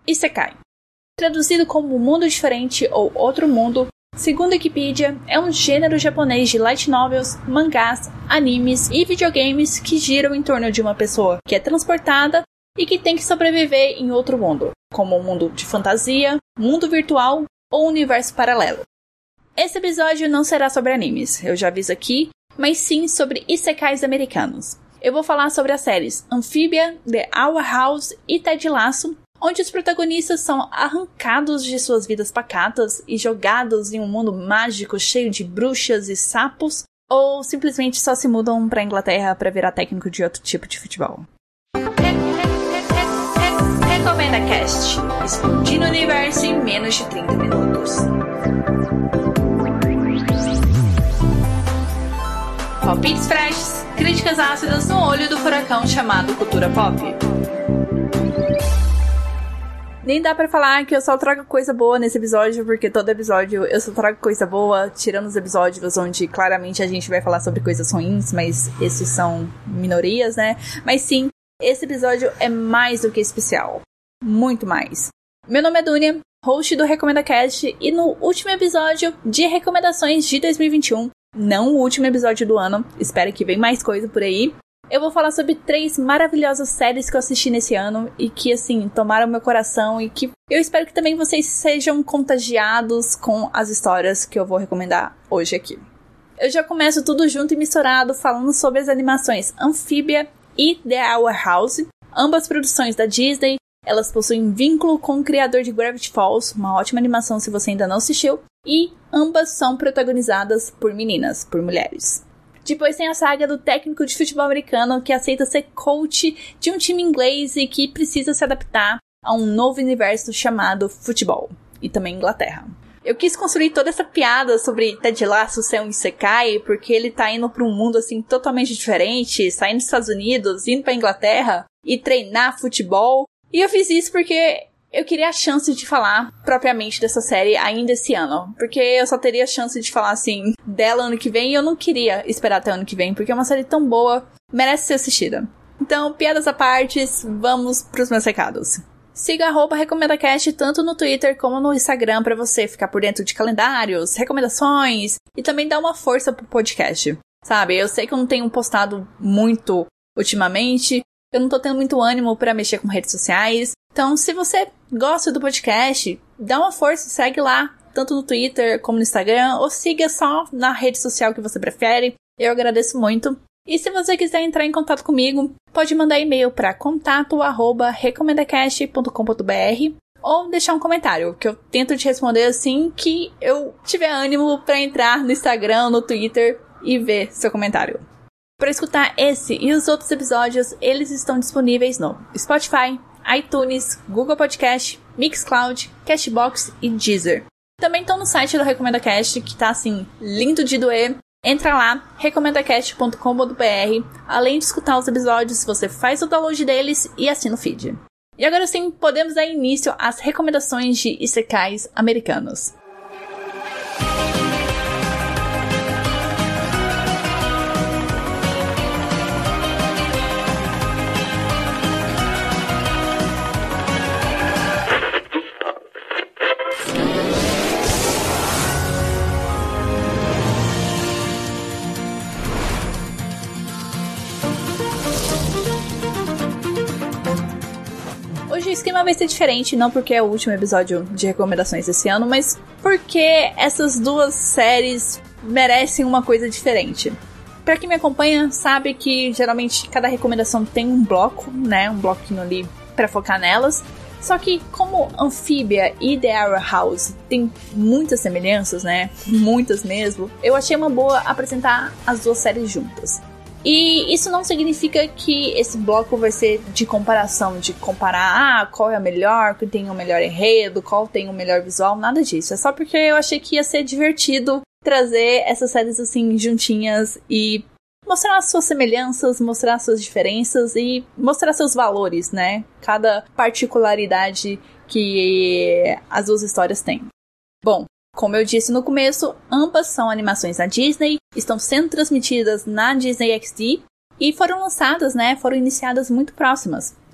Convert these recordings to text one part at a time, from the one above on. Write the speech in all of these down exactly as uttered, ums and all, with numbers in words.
Isekai. Traduzido como Mundo Diferente ou Outro Mundo, segundo a Wikipedia, é um gênero japonês de light novels, mangás, animes e videogames que giram em torno de uma pessoa que é transportada e que tem que sobreviver em outro mundo, como um mundo de fantasia, mundo virtual ou universo paralelo. Esse episódio não será sobre animes, eu já aviso aqui, mas sim sobre isekais americanos. Eu vou falar sobre as séries Amphibia, The Our House e Ted Lasso, onde os protagonistas são arrancados de suas vidas pacatas e jogados em um mundo mágico cheio de bruxas e sapos, ou simplesmente só se mudam pra Inglaterra pra virar técnico de outro tipo de futebol. Recomenda Cast, explodindo o universo em menos de trinta minutos. Palpites freshes, críticas ácidas no olho do furacão chamado cultura pop. Nem dá pra falar que eu só trago coisa boa nesse episódio, porque todo episódio eu só trago coisa boa, tirando os episódios onde claramente a gente vai falar sobre coisas ruins, mas esses são minorias, né? Mas sim, esse episódio é mais do que especial. Muito mais. Meu nome é Dunia, host do Recomenda Cast, e no último episódio de recomendações de dois mil e vinte e um, não o último episódio do ano, espero que venha mais coisa por aí, eu vou falar sobre três maravilhosas séries que eu assisti nesse ano e que, assim, tomaram meu coração e que eu espero que também vocês sejam contagiados com as histórias que eu vou recomendar hoje aqui. Eu já começo tudo junto e misturado falando sobre as animações Amphibia e The Our House, ambas produções da Disney. Elas possuem vínculo com o criador de Gravity Falls, uma ótima animação se você ainda não assistiu, e ambas são protagonizadas por meninas, por mulheres. Depois tem a saga do técnico de futebol americano que aceita ser coach de um time inglês e que precisa se adaptar a um novo universo chamado futebol, e também Inglaterra. Eu quis construir toda essa piada sobre Ted Lasso ser um isekai, porque ele tá indo pra um mundo assim totalmente diferente, saindo dos Estados Unidos, indo pra Inglaterra e treinar futebol. E eu fiz isso porque eu queria a chance de falar propriamente dessa série ainda esse ano. Porque eu só teria a chance de falar, assim, dela ano que vem. E eu não queria esperar até ano que vem, porque é uma série tão boa, merece ser assistida. Então, piadas à parte, vamos pros meus recados. Siga arroba RecomendaCast tanto no Twitter como no Instagram pra você ficar por dentro de calendários, recomendações e também dar uma força pro podcast. Sabe, eu sei que eu não tenho postado muito ultimamente. Eu não tô tendo muito ânimo pra mexer com redes sociais. Então, se você gosta do podcast, dá uma força, segue lá, tanto no Twitter como no Instagram, ou siga só na rede social que você prefere. Eu agradeço muito. E se você quiser entrar em contato comigo, pode mandar e-mail para contato arroba recomendacast ponto com ponto br ou deixar um comentário, que eu tento te responder assim que eu tiver ânimo pra entrar no Instagram, no Twitter e ver seu comentário. Para escutar esse e os outros episódios, eles estão disponíveis no Spotify, iTunes, Google Podcast, Mixcloud, Cashbox e Deezer. Também estão no site do Recomenda Cast, que tá assim, lindo de doer. Entra lá, recomendacast ponto com ponto br. Além de escutar os episódios, você faz o download deles e assina o feed. E agora sim, podemos dar início às recomendações de isekais americanos. Hoje o esquema vai ser diferente, não porque é o último episódio de recomendações desse ano, mas porque essas duas séries merecem uma coisa diferente. Pra quem me acompanha, sabe que geralmente cada recomendação tem um bloco, né, um bloquinho ali pra focar nelas. Só que como Amphibia e The Our House tem muitas semelhanças, né, muitas mesmo, eu achei uma boa apresentar as duas séries juntas. E isso não significa que esse bloco vai ser de comparação, de comparar, ah, qual é a melhor, qual tem o melhor enredo, qual tem o melhor visual, nada disso. É só porque eu achei que ia ser divertido trazer essas séries assim juntinhas e mostrar as suas semelhanças, mostrar as suas diferenças e mostrar seus valores, né? Cada particularidade que as duas histórias têm. Bom, como eu disse no começo, ambas são animações da Disney, estão sendo transmitidas na Disney X D e foram lançadas, né, foram iniciadas muito próximas.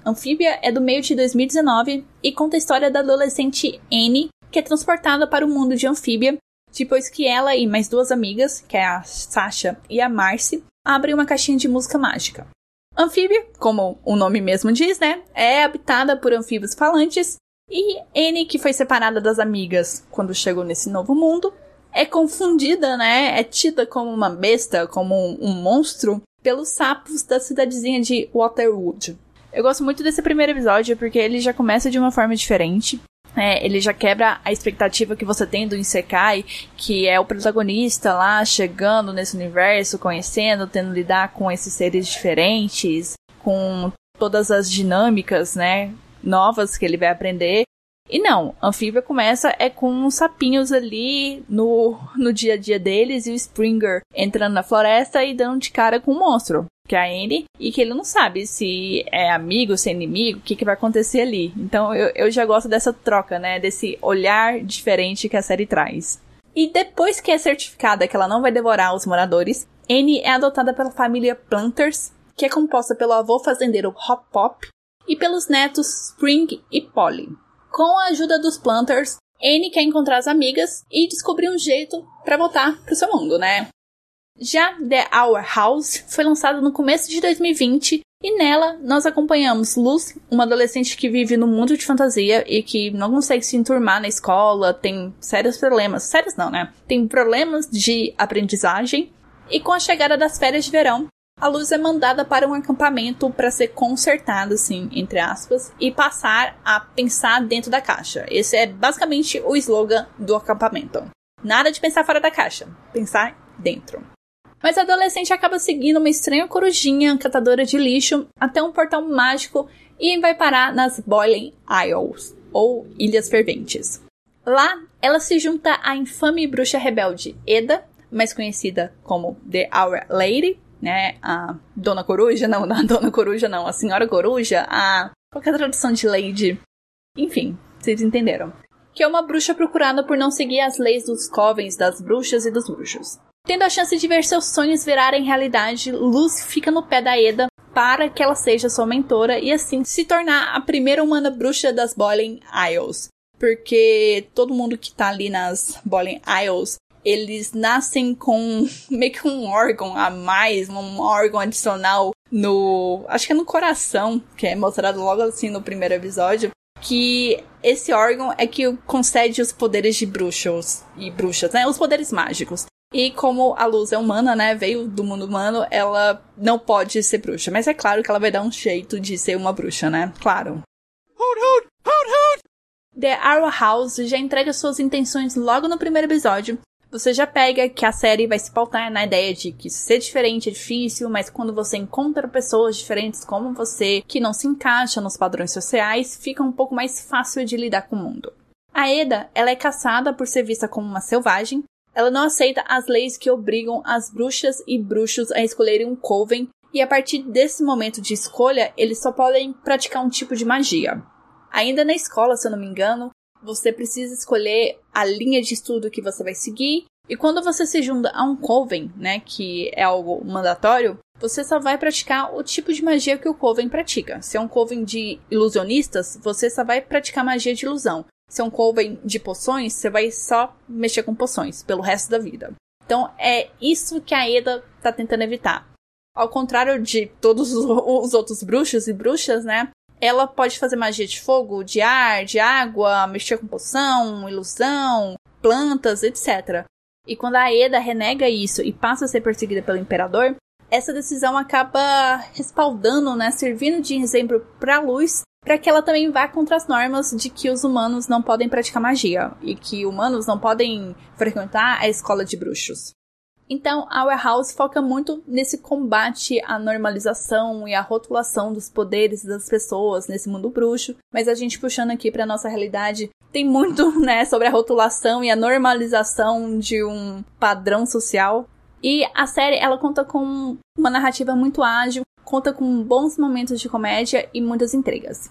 Anfíbia é do meio de dois mil e dezenove e conta a história da adolescente Annie, que é transportada para o mundo de Anfíbia, depois que ela e mais duas amigas, que é a Sasha e a Marcy, abrem uma caixinha de música mágica. Anfíbia, como o nome mesmo diz, né, é habitada por anfíbios falantes, e Annie, que foi separada das amigas quando chegou nesse novo mundo, é confundida, né, é tida como uma besta, como um, um monstro, pelos sapos da cidadezinha de Waterwood. Eu gosto muito desse primeiro episódio porque ele já começa de uma forma diferente. É, ele já quebra a expectativa que você tem do Isekai, que é o protagonista lá chegando nesse universo, conhecendo, tendo que lidar com esses seres diferentes, com todas as dinâmicas, né, novas que ele vai aprender. E não, Anfíbia começa é com uns sapinhos ali no, no dia a dia deles e o Springer entrando na floresta e dando de cara com um monstro, que é a Annie, e que ele não sabe se é amigo, se é inimigo, o que, que vai acontecer ali. Então eu, eu já gosto dessa troca, né, desse olhar diferente que a série traz. E depois que é certificada que ela não vai devorar os moradores, Annie é adotada pela família Planters, que é composta pelo avô fazendeiro Hop Pop e pelos netos Spring e Polly. Com a ajuda dos Planters, Annie quer encontrar as amigas e descobrir um jeito pra voltar pro seu mundo, né? Já The Our House foi lançado no começo de dois mil e vinte e nela nós acompanhamos Luz, uma adolescente que vive no mundo de fantasia e que não consegue se enturmar na escola, tem sérios problemas, sérios não, né? Tem problemas de aprendizagem e com a chegada das férias de verão, a Luz é mandada para um acampamento para ser consertada, assim, entre aspas, e passar a pensar dentro da caixa. Esse é basicamente o slogan do acampamento. Nada de pensar fora da caixa, pensar dentro. Mas a adolescente acaba seguindo uma estranha corujinha catadora de lixo até um portal mágico e vai parar nas Boiling Isles, ou Ilhas Ferventes. Lá, ela se junta à infame bruxa rebelde Eda, mais conhecida como The Our Lady, né, a Dona Coruja, não, a Dona Coruja não, a Senhora Coruja, a... qual que é a tradução de Lady? Enfim, vocês entenderam. Que é uma bruxa procurada por não seguir as leis dos covens, das bruxas e dos bruxos. Tendo a chance de ver seus sonhos virarem realidade, Luz fica no pé da Eda para que ela seja sua mentora e assim se tornar a primeira humana bruxa das Boiling Isles. Porque todo mundo que tá ali nas Boiling Isles, eles nascem com meio que um órgão a mais, um órgão adicional no... acho que é no coração, que é mostrado logo assim no primeiro episódio, que esse órgão é que concede os poderes de bruxos e bruxas, né? Os poderes mágicos. E como a Luz é humana, né? Veio do mundo humano, ela não pode ser bruxa. Mas é claro que ela vai dar um jeito de ser uma bruxa, né? Claro. Hoot, hoot, hoot, hoot. The Our House já entrega suas intenções logo no primeiro episódio. Você já pega que a série vai se pautar na ideia de que ser diferente é difícil, mas quando você encontra pessoas diferentes como você, que não se encaixam nos padrões sociais, fica um pouco mais fácil de lidar com o mundo. A Eda, ela é caçada por ser vista como uma selvagem. Ela não aceita as leis que obrigam as bruxas e bruxos a escolherem um coven, e a partir desse momento de escolha, eles só podem praticar um tipo de magia. Ainda na escola, se eu não me engano, você precisa escolher a linha de estudo que você vai seguir, e quando você se junta a um coven, né, que é algo mandatório, você só vai praticar o tipo de magia que o coven pratica. Se é um coven de ilusionistas, você só vai praticar magia de ilusão. Se é um coven de poções, você vai só mexer com poções pelo resto da vida. Então é isso que a Eda tá tentando evitar. Ao contrário de todos os outros bruxos e bruxas, né? Ela pode fazer magia de fogo, de ar, de água, mexer com poção, ilusão, plantas, etcétera. E quando a Eda renega isso e passa a ser perseguida pelo Imperador, essa decisão acaba respaldando, né, servindo de exemplo para a Luz, para que ela também vá contra as normas de que os humanos não podem praticar magia e que humanos não podem frequentar a escola de bruxos. Então, Our House foca muito nesse combate à normalização e à rotulação dos poderes das pessoas nesse mundo bruxo, mas a gente puxando aqui para nossa realidade, tem muito, né, sobre a rotulação e a normalização de um padrão social. E a série, ela conta com uma narrativa muito ágil, conta com bons momentos de comédia e muitas intrigas.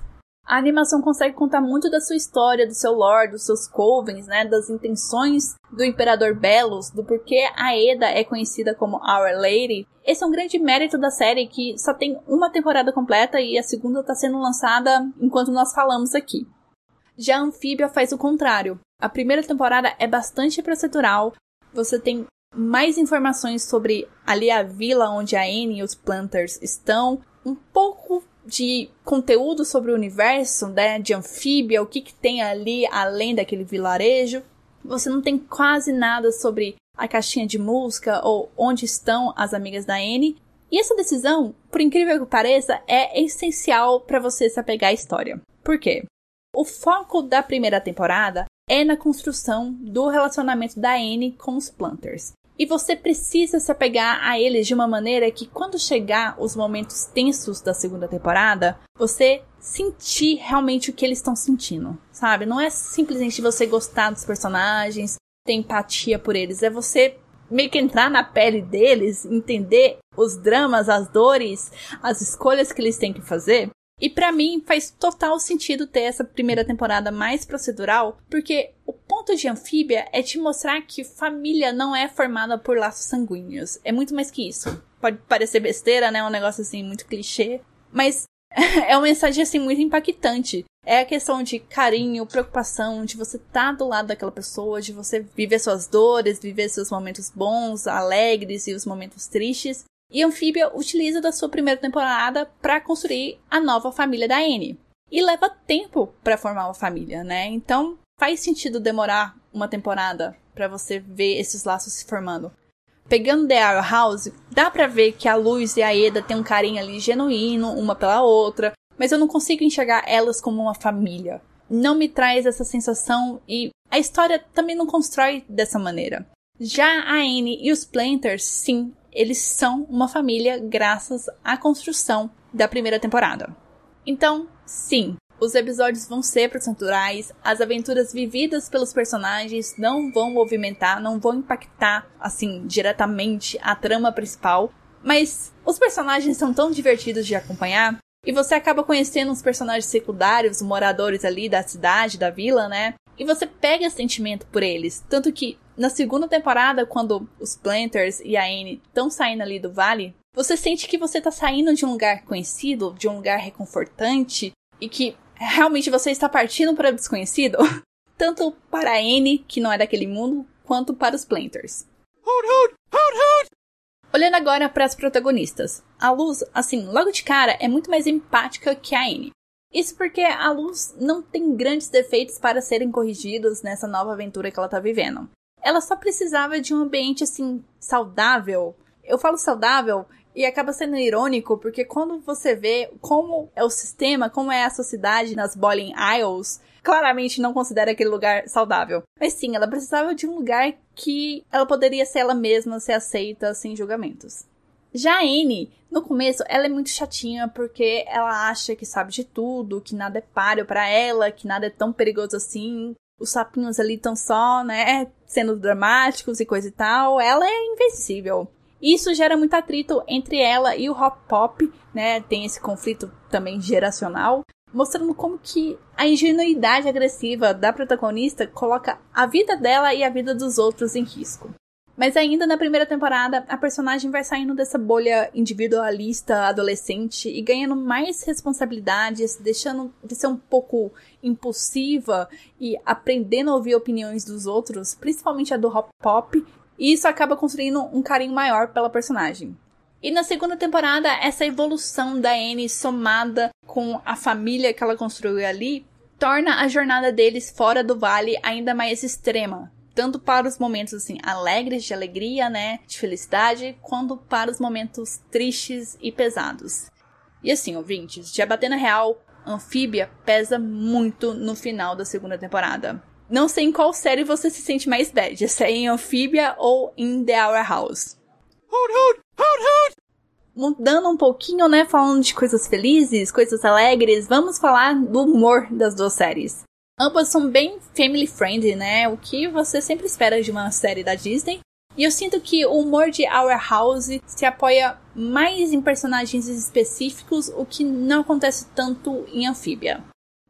A animação consegue contar muito da sua história, do seu lore, dos seus covens, né, das intenções do Imperador Belos, do porquê Aeda é conhecida como Our Lady. Esse é um grande mérito da série, que só tem uma temporada completa e a segunda está sendo lançada enquanto nós falamos aqui. Já a Amphibia faz o contrário. A primeira temporada é bastante procedural, você tem mais informações sobre ali a vila onde a Annie e os Planters estão, um pouco de conteúdo sobre o universo, né, de Amphibia, o que, que tem ali além daquele vilarejo. Você não tem quase nada sobre a caixinha de música ou onde estão as amigas da Annie. E essa decisão, por incrível que pareça, é essencial para você se apegar à história. Por quê? O foco da primeira temporada é na construção do relacionamento da Annie com os Planters. E você precisa se apegar a eles de uma maneira que, quando chegar os momentos tensos da segunda temporada, você sentir realmente o que eles estão sentindo, sabe? Não é simplesmente você gostar dos personagens, ter empatia por eles, é você meio que entrar na pele deles, entender os dramas, as dores, as escolhas que eles têm que fazer. E pra mim faz total sentido ter essa primeira temporada mais procedural, porque o ponto de Amphibia é te mostrar que família não é formada por laços sanguíneos. É muito mais que isso. Pode parecer besteira, né? Um negócio assim muito clichê, mas é uma mensagem assim muito impactante. É a questão de carinho, preocupação, de você estar do lado daquela pessoa, de você viver suas dores, viver seus momentos bons, alegres e os momentos tristes. E Amphibia utiliza da sua primeira temporada para construir a nova família da Annie. E leva tempo para formar uma família, né? Então faz sentido demorar uma temporada para você ver esses laços se formando. Pegando The Our House, dá pra ver que a Luz e a Aeda têm um carinho ali genuíno, uma pela outra, mas eu não consigo enxergar elas como uma família. Não me traz essa sensação e a história também não constrói dessa maneira. Já a Annie e os Planters, sim, eles são uma família graças à construção da primeira temporada. Então, sim, os episódios vão ser procedurais, as aventuras vividas pelos personagens não vão movimentar, não vão impactar, assim, diretamente a trama principal, mas os personagens são tão divertidos de acompanhar, e você acaba conhecendo os personagens secundários, os moradores ali da cidade, da vila, né? E você pega sentimento por eles, tanto que na segunda temporada, quando os Planters e a Annie estão saindo ali do vale, você sente que você tá saindo de um lugar conhecido, de um lugar reconfortante, e que realmente você está partindo para o desconhecido, tanto para a Annie, que não é daquele mundo, quanto para os Planters. Hoot, hoot, hoot, hoot. Olhando agora para as protagonistas, a Luz, assim, logo de cara, é muito mais empática que a Annie. Isso porque a Luz não tem grandes defeitos para serem corrigidos nessa nova aventura que ela tá vivendo. Ela só precisava de um ambiente, assim, saudável. Eu falo saudável e acaba sendo irônico, porque quando você vê como é o sistema, como é a sociedade nas Boiling Isles, claramente não considera aquele lugar saudável. Mas sim, ela precisava de um lugar que ela poderia ser ela mesma, ser aceita, sem julgamentos. Já a Annie, no começo, ela é muito chatinha porque ela acha que sabe de tudo, que nada é páreo pra ela, que nada é tão perigoso assim. Os sapinhos ali estão só, né, sendo dramáticos e coisa e tal. Ela é invencível. Isso gera muito atrito entre ela e o Hop Pop, né? Tem esse conflito também geracional, mostrando como que a ingenuidade agressiva da protagonista coloca a vida dela e a vida dos outros em risco. Mas ainda na primeira temporada, a personagem vai saindo dessa bolha individualista adolescente e ganhando mais responsabilidades, deixando de ser um pouco impulsiva e aprendendo a ouvir opiniões dos outros, principalmente a do Hop Pop, e isso acaba construindo um carinho maior pela personagem. E na segunda temporada, essa evolução da Annie somada com a família que ela construiu ali, torna a jornada deles fora do vale ainda mais extrema. Tanto para os momentos, assim, alegres, de alegria, né, de felicidade, quanto para os momentos tristes e pesados. E assim, ouvintes, já batendo real, Amphibia pesa muito no final da segunda temporada. Não sei em qual série você se sente mais bad, se é em Amphibia ou em The Our House. Hoot, hoot, hoot, hoot. Mudando um pouquinho, né, falando de coisas felizes, coisas alegres, vamos falar do humor das duas séries. Ambas são bem family friendly, né? O que você sempre espera de uma série da Disney. E eu sinto que o humor de Our House se apoia mais em personagens específicos, o que não acontece tanto em Amphibia.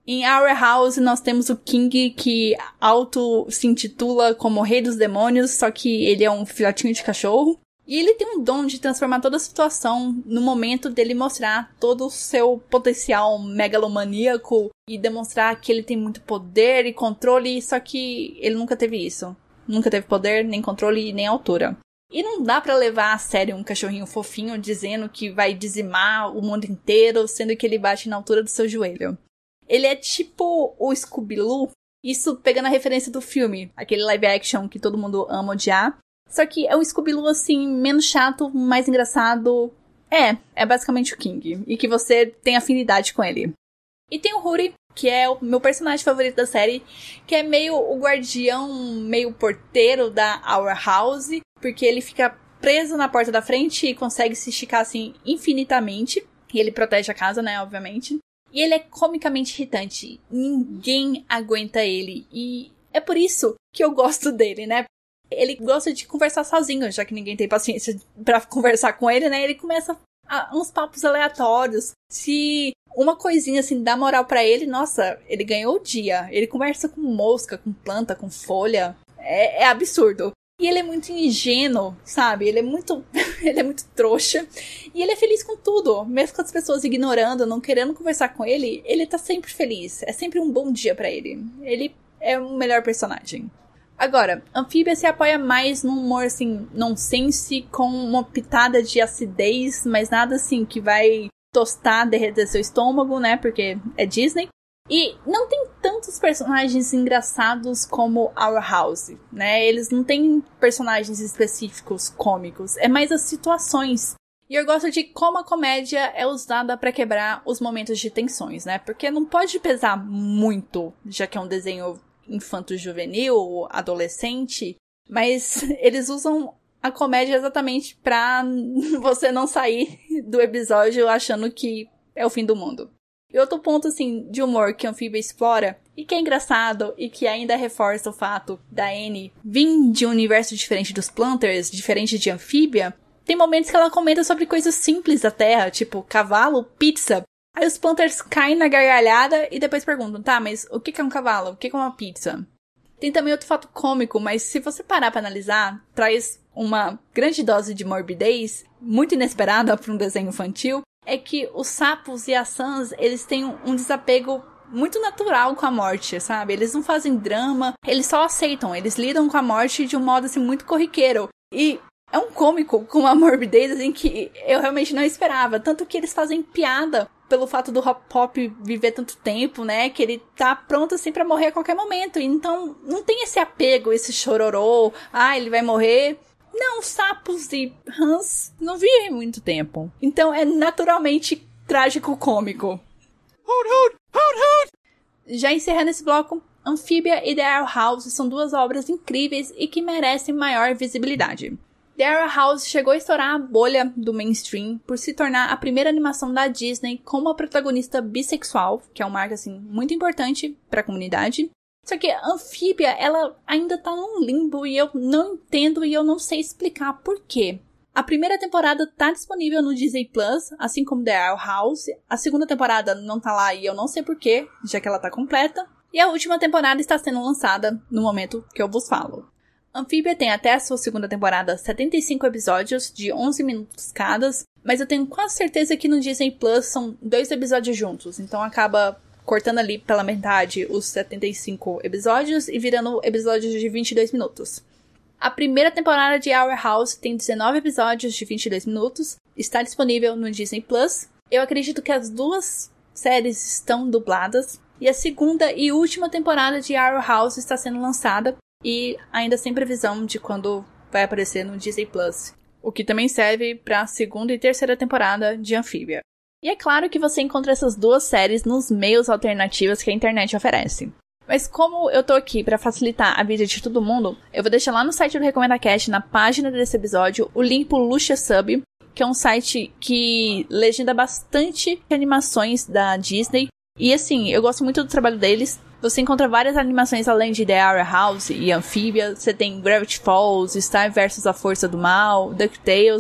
Em Our House, nós temos o King, que auto se intitula como Rei dos Demônios, só que ele é um filhotinho de cachorro. E ele tem um dom de transformar toda a situação no momento dele mostrar todo o seu potencial megalomaníaco e demonstrar que ele tem muito poder e controle, só que ele nunca teve isso. Nunca teve poder, nem controle, nem altura. E não dá pra levar a sério um cachorrinho fofinho dizendo que vai dizimar o mundo inteiro, sendo que ele bate na altura do seu joelho. Ele é tipo o Scooby-Doo, isso pegando a referência do filme, aquele live action que todo mundo ama odiar. Só que é um Scooby-Doo, assim, menos chato, mais engraçado. É, é basicamente o King, e que você tem afinidade com ele. E tem o Rudy, que é o meu personagem favorito da série, que é meio o guardião, meio porteiro da Our House, porque ele fica preso na porta da frente e consegue se esticar, assim, infinitamente. E ele protege a casa, né, obviamente. E ele é comicamente irritante. Ninguém aguenta ele. E é por isso que eu gosto dele, né? Ele gosta de conversar sozinho, já que ninguém tem paciência pra conversar com ele, né? Ele começa a, uns papos aleatórios. Se uma coisinha, assim, dá moral pra ele, nossa, ele ganhou o dia. Ele conversa com mosca, com planta, com folha. É, é absurdo. E ele é muito ingênuo, sabe? Ele é muito... ele é muito trouxa. E ele é feliz com tudo. Mesmo com as pessoas ignorando, não querendo conversar com ele, ele tá sempre feliz. É sempre um bom dia pra ele. Ele é o melhor personagem. Agora, Amphibia se apoia mais num humor, assim, nonsense, com uma pitada de acidez, mas nada, assim, que vai tostar, derreter seu estômago, né? Porque é Disney. E não tem tantos personagens engraçados como Our House, né? Eles não têm personagens específicos cômicos, é mais as situações. E eu gosto de como a comédia é usada pra quebrar os momentos de tensões, né? Porque não pode pesar muito, já que é um desenho infanto-juvenil, adolescente, mas eles usam a comédia exatamente pra você não sair do episódio achando que é o fim do mundo. E outro ponto, assim, de humor que Amphibia explora, e que é engraçado, e que ainda reforça o fato da Annie vir de um universo diferente dos Planters, diferente de Amphibia, tem momentos que ela comenta sobre coisas simples da Terra, tipo cavalo, pizza. Aí os Planters caem na gargalhada e depois perguntam, tá, mas o que é um cavalo? O que é uma pizza? Tem também outro fato cômico, mas se você parar pra analisar, traz uma grande dose de morbidez, muito inesperada para um desenho infantil, é que os sapos e as Sans, eles têm um desapego muito natural com a morte, sabe? Eles não fazem drama, eles só aceitam, eles lidam com a morte de um modo, assim, muito corriqueiro. E é um cômico com uma morbidez, assim, que eu realmente não esperava. Tanto que eles fazem piada pelo fato do Hop Pop viver tanto tempo, né? Que ele tá pronto, assim, pra morrer a qualquer momento. Então, não tem esse apego, esse chororô, ah, ele vai morrer... Não, sapos e Hans não vivem muito tempo. Então é naturalmente trágico-cômico. Hoot, hoot, hoot, hoot. Já encerrando esse bloco, Amphibia e The Our House são duas obras incríveis e que merecem maior visibilidade. The Our House chegou a estourar a bolha do mainstream por se tornar a primeira animação da Disney com uma protagonista bissexual, que é um marco, assim, muito importante para a comunidade. Só que a Amphibia, ela ainda tá num limbo e eu não entendo e eu não sei explicar por quê. A primeira temporada tá disponível no Disney Plus, assim como The Our House. A segunda temporada não tá lá e eu não sei por quê, já que ela tá completa. E a última temporada está sendo lançada no momento que eu vos falo. Amphibia tem até a sua segunda temporada setenta e cinco episódios, de onze minutos cada, mas eu tenho quase certeza que no Disney Plus são dois episódios juntos, então acaba cortando ali pela metade os setenta e cinco episódios e virando episódios de vinte e dois minutos. A primeira temporada de Our House tem dezenove episódios de vinte e dois minutos, está disponível no Disney Plus. Eu acredito que as duas séries estão dubladas, e a segunda e última temporada de Our House está sendo lançada, e ainda sem previsão de quando vai aparecer no Disney Plus, o que também serve para a segunda e terceira temporada de Amphibia. E é claro que você encontra essas duas séries nos meios alternativos que a internet oferece. Mas como eu tô aqui para facilitar a vida de todo mundo, eu vou deixar lá no site do RecomendaCast, na página desse episódio, o link pro Luxia Sub, que é um site que legenda bastante animações da Disney. E assim, eu gosto muito do trabalho deles. Você encontra várias animações além de The Our House e Amphibia. Você tem Gravity Falls, Star versus a Força do Mal, DuckTales.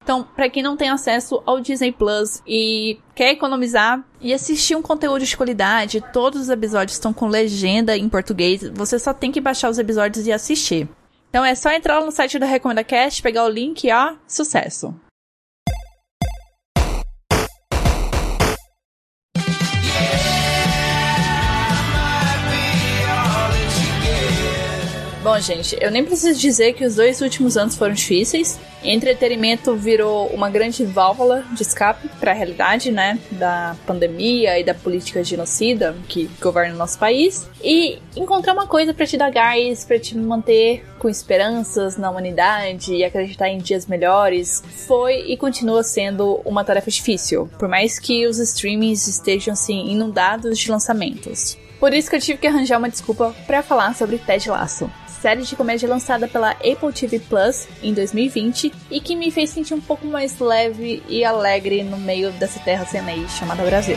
Então, pra quem não tem acesso ao Disney Plus e quer economizar e assistir um conteúdo de qualidade, todos os episódios estão com legenda em português, você só tem que baixar os episódios e assistir. Então é só entrar lá no site do RecomendaCast, pegar o link e ó, sucesso! Bom, gente, eu nem preciso dizer que os dois últimos anos foram difíceis. Entretenimento virou uma grande válvula de escape para a realidade, né, da pandemia e da política genocida que governa o nosso país. E encontrar uma coisa para te dar gás, para te manter com esperanças na humanidade e acreditar em dias melhores, foi e continua sendo uma tarefa difícil, por mais que os streamings estejam, assim, inundados de lançamentos. Por isso que eu tive que arranjar uma desculpa para falar sobre Ted Lasso, série de comédia lançada pela Apple T V Plus em dois mil e vinte e que me fez sentir um pouco mais leve e alegre no meio dessa terra sem lei chamada Brasil.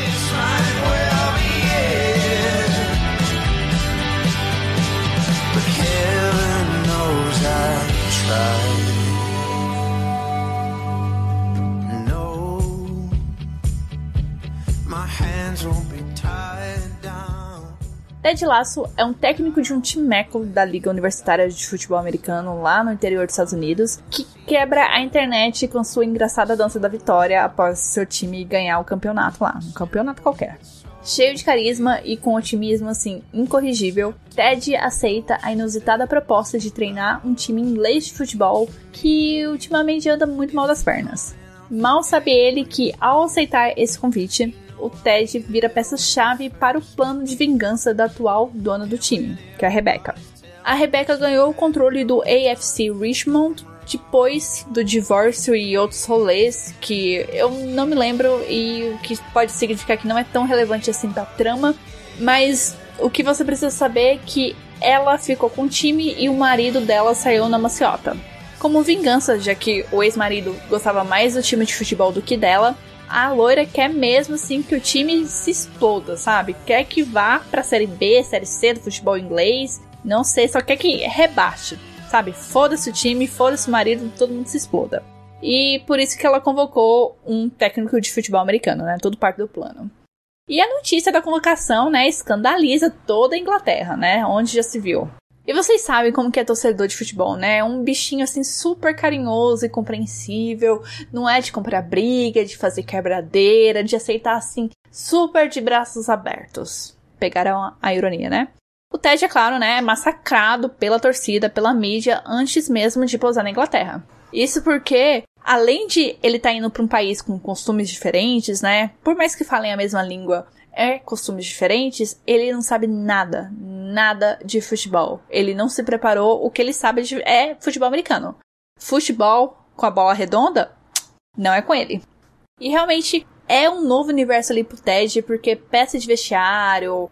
Ted Lasso é um técnico de um timeco da Liga Universitária de Futebol Americano lá no interior dos Estados Unidos que quebra a internet com sua engraçada dança da vitória após seu time ganhar o campeonato lá, um campeonato qualquer. Cheio de carisma e com otimismo assim incorrigível, Ted aceita a inusitada proposta de treinar um time inglês de futebol que ultimamente anda muito mal das pernas. Mal sabe ele que, ao aceitar esse convite, o Ted vira peça-chave para o plano de vingança da atual dona do time, que é a Rebecca. A Rebecca ganhou o controle do A F C Richmond depois do divórcio e outros rolês que eu não me lembro e o que pode significar que não é tão relevante assim pra trama, mas o que você precisa saber é que ela ficou com o time e o marido dela saiu na maciota. Como vingança, já que o ex-marido gostava mais do time de futebol do que dela, a loira quer mesmo assim que o time se exploda, sabe? Quer que vá pra série B, série C do futebol inglês, não sei, só quer que rebaixe, sabe? Foda-se o time, foda-se o marido, todo mundo se exploda. E por isso que ela convocou um técnico de futebol americano, né? Tudo parte do plano. E a notícia da convocação, né, escandaliza toda a Inglaterra, né? Onde já se viu. E vocês sabem como que é torcedor de futebol, né? É um bichinho, assim, super carinhoso e compreensível. Não é de comprar briga, de fazer quebradeira, de aceitar, assim, super de braços abertos. Pegaram a ironia, né? O Ted, é claro, né, é massacrado pela torcida, pela mídia, antes mesmo de pousar na Inglaterra. Isso porque, além de ele estar tá indo para um país com costumes diferentes, né? Por mais que falem a mesma língua, é costumes diferentes, ele não sabe nada, nada de futebol. Ele não se preparou, o que ele sabe de, é futebol americano. Futebol com a bola redonda, não é com ele. E realmente é um novo universo ali pro Ted, porque peça de vestiário,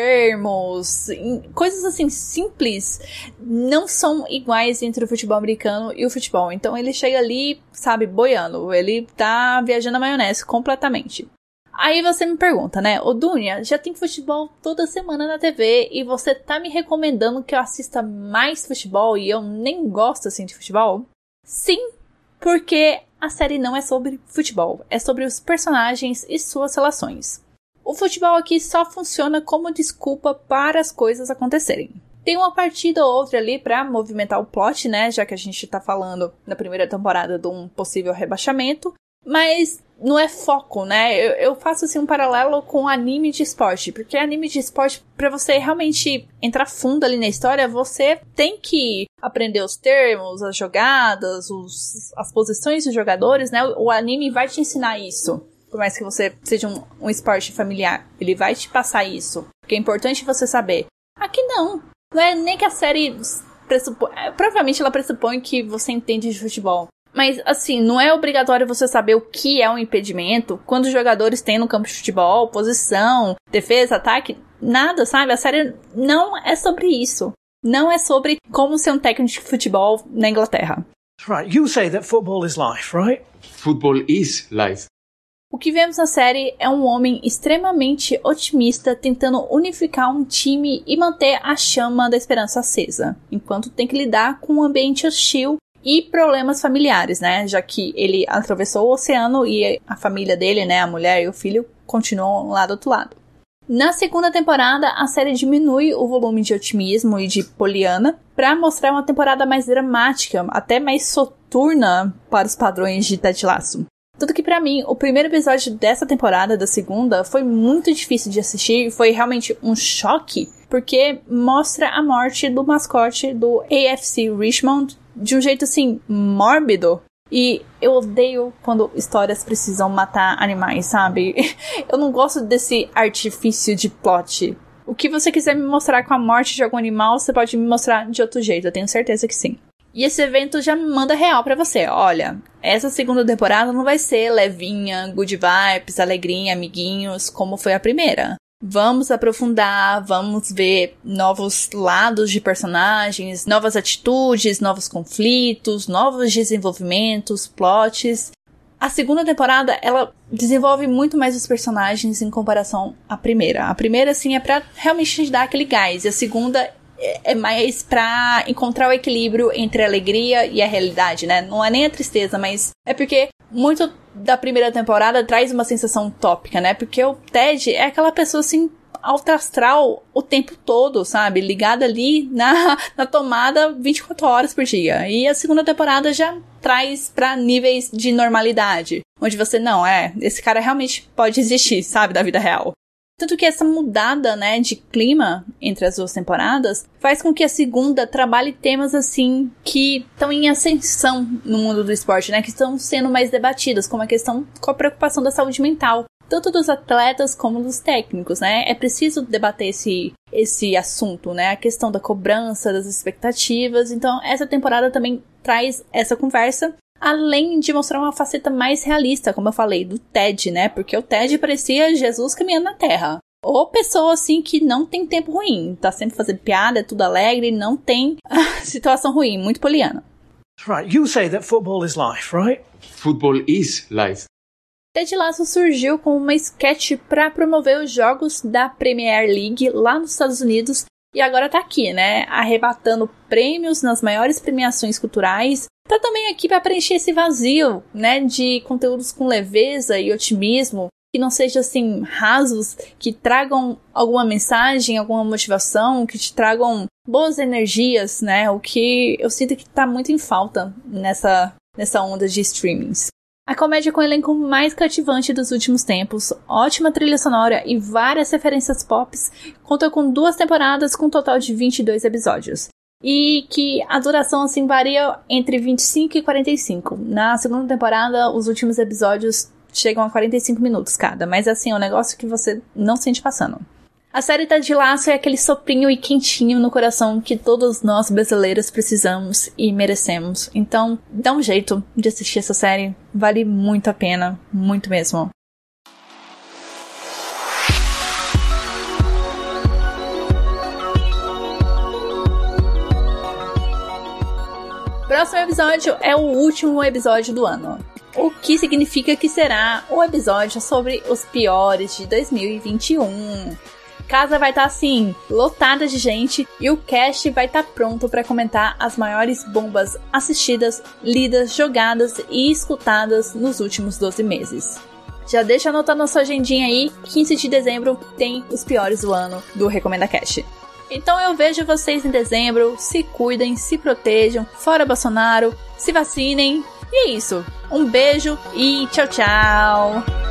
termos, coisas assim simples, não são iguais entre o futebol americano e o futebol. Então ele chega ali, sabe, boiando, ele tá viajando na maionese completamente. Aí você me pergunta, né? Ô Dunia, já tem futebol toda semana na T V e você tá me recomendando que eu assista mais futebol e eu nem gosto assim de futebol? Sim, porque a série não é sobre futebol, é sobre os personagens e suas relações. O futebol aqui só funciona como desculpa para as coisas acontecerem. Tem uma partida ou outra ali pra movimentar o plot, né? Já que a gente tá falando na primeira temporada de um possível rebaixamento. Mas não é foco, né? Eu, eu faço assim um paralelo com anime de esporte. Porque anime de esporte, pra você realmente entrar fundo ali na história, você tem que aprender os termos, as jogadas, os, as posições dos jogadores, né? O, o anime vai te ensinar isso. Por mais que você seja um, um esporte familiar, ele vai te passar isso. Porque é importante você saber. Aqui não. Não é nem que a série pressupõe... Provavelmente ela pressupõe que você entende de futebol. Mas, assim, não é obrigatório você saber o que é um impedimento, quantos jogadores tem no campo de futebol, posição, defesa, ataque, nada, sabe? A série não é sobre isso. Não é sobre como ser um técnico de futebol na Inglaterra. Right, you say that football is life, right? Football is life. O que vemos na série é um homem extremamente otimista tentando unificar um time e manter a chama da esperança acesa, enquanto tem que lidar com um ambiente hostil e problemas familiares, né? Já que ele atravessou o oceano e a família dele, né, a mulher e o filho, continuam lá do outro lado. Na segunda temporada, a série diminui o volume de otimismo e de poliana para mostrar uma temporada mais dramática, até mais soturna para os padrões de Ted Lasso. Tanto que pra mim, o primeiro episódio dessa temporada, da segunda, foi muito difícil de assistir, foi realmente um choque, porque mostra a morte do mascote do A F C Richmond de um jeito assim, mórbido. E eu odeio quando histórias precisam matar animais, sabe? Eu não gosto desse artifício de plot. O que você quiser me mostrar com a morte de algum animal, você pode me mostrar de outro jeito, eu tenho certeza que sim. E esse evento já me manda real pra você. Olha, essa segunda temporada não vai ser levinha, good vibes, alegrinha, amiguinhos, como foi a primeira. Vamos aprofundar, vamos ver novos lados de personagens, novas atitudes, novos conflitos, novos desenvolvimentos, plots. A segunda temporada, ela desenvolve muito mais os personagens em comparação à primeira. A primeira, assim, é pra realmente dar aquele gás. E a segunda é mais pra encontrar o equilíbrio entre a alegria e a realidade, né? Não é nem a tristeza, mas é porque muito da primeira temporada traz uma sensação utópica, né? Porque o Ted é aquela pessoa, assim, alto astral o tempo todo, sabe? Ligada ali na, na tomada vinte e quatro horas por dia. E a segunda temporada já traz pra níveis de normalidade, onde você, não, é, esse cara realmente pode existir, sabe? Da vida real. Tanto que essa mudada, né, de clima entre as duas temporadas faz com que a segunda trabalhe temas, assim, que estão em ascensão no mundo do esporte, né, que estão sendo mais debatidos, como a questão com a preocupação da saúde mental, tanto dos atletas como dos técnicos, né. É preciso debater esse, esse assunto, né, a questão da cobrança, das expectativas. Então, essa temporada também traz essa conversa, além de mostrar uma faceta mais realista, como eu falei, do Ted, né? Porque o Ted parecia Jesus caminhando na Terra. Ou pessoa, assim, que não tem tempo ruim. Tá sempre fazendo piada, é tudo alegre, não tem situação ruim. Muito poliana. Right, you say that football is life, right? Football is life. Ted Lasso surgiu como uma sketch para promover os jogos da Premier League lá nos Estados Unidos. E agora tá aqui, né? Arrebatando prêmios nas maiores premiações culturais. Tá também aqui para preencher esse vazio, né? De conteúdos com leveza e otimismo. Que não sejam, assim, rasos. Que tragam alguma mensagem, alguma motivação. Que te tragam boas energias, né? O que eu sinto que tá muito em falta nessa, nessa onda de streamings. A comédia com o elenco mais cativante dos últimos tempos, ótima trilha sonora e várias referências pop, conta com duas temporadas com um total de vinte e dois episódios. E que a duração, assim, varia entre vinte e cinco e quarenta e cinco. Na segunda temporada, os últimos episódios chegam a quarenta e cinco minutos cada, mas assim, é um negócio que você não sente passando. A série Ted Lasso é aquele soprinho e quentinho no coração que todos nós brasileiros precisamos e merecemos. Então, dá um jeito de assistir essa série. Vale muito a pena. Muito mesmo. Próximo episódio é o último episódio do ano. O que significa que será o episódio sobre os piores de dois mil e vinte e um. Casa vai estar, assim, lotada de gente e o cast vai estar pronto para comentar as maiores bombas assistidas, lidas, jogadas e escutadas nos últimos doze meses. Já deixa anotado na sua agendinha aí, quinze de dezembro tem os piores do ano do Recomenda Cast. Então eu vejo vocês em dezembro, se cuidem, se protejam, fora Bolsonaro, se vacinem. E é isso, um beijo e tchau, tchau!